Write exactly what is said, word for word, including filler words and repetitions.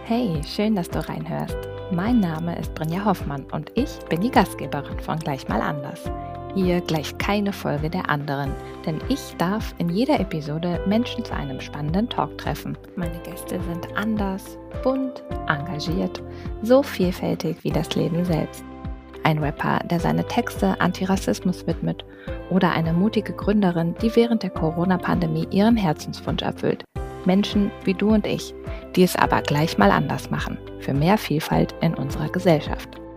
Hey, schön, dass du reinhörst. Mein Name ist Brinja Hoffmann und ich bin die Gastgeberin von Gleich mal anders. Hier gleich keine Folge der anderen, denn ich darf in jeder Episode Menschen zu einem spannenden Talk treffen. Meine Gäste sind anders, bunt, engagiert, so vielfältig wie das Leben selbst. Ein Rapper, der seine Texte Antirassismus widmet, oder eine mutige Gründerin, die während der Corona-Pandemie ihren Herzenswunsch erfüllt. Menschen wie du und ich, die es aber gleich mal anders machen, für mehr Vielfalt in unserer Gesellschaft.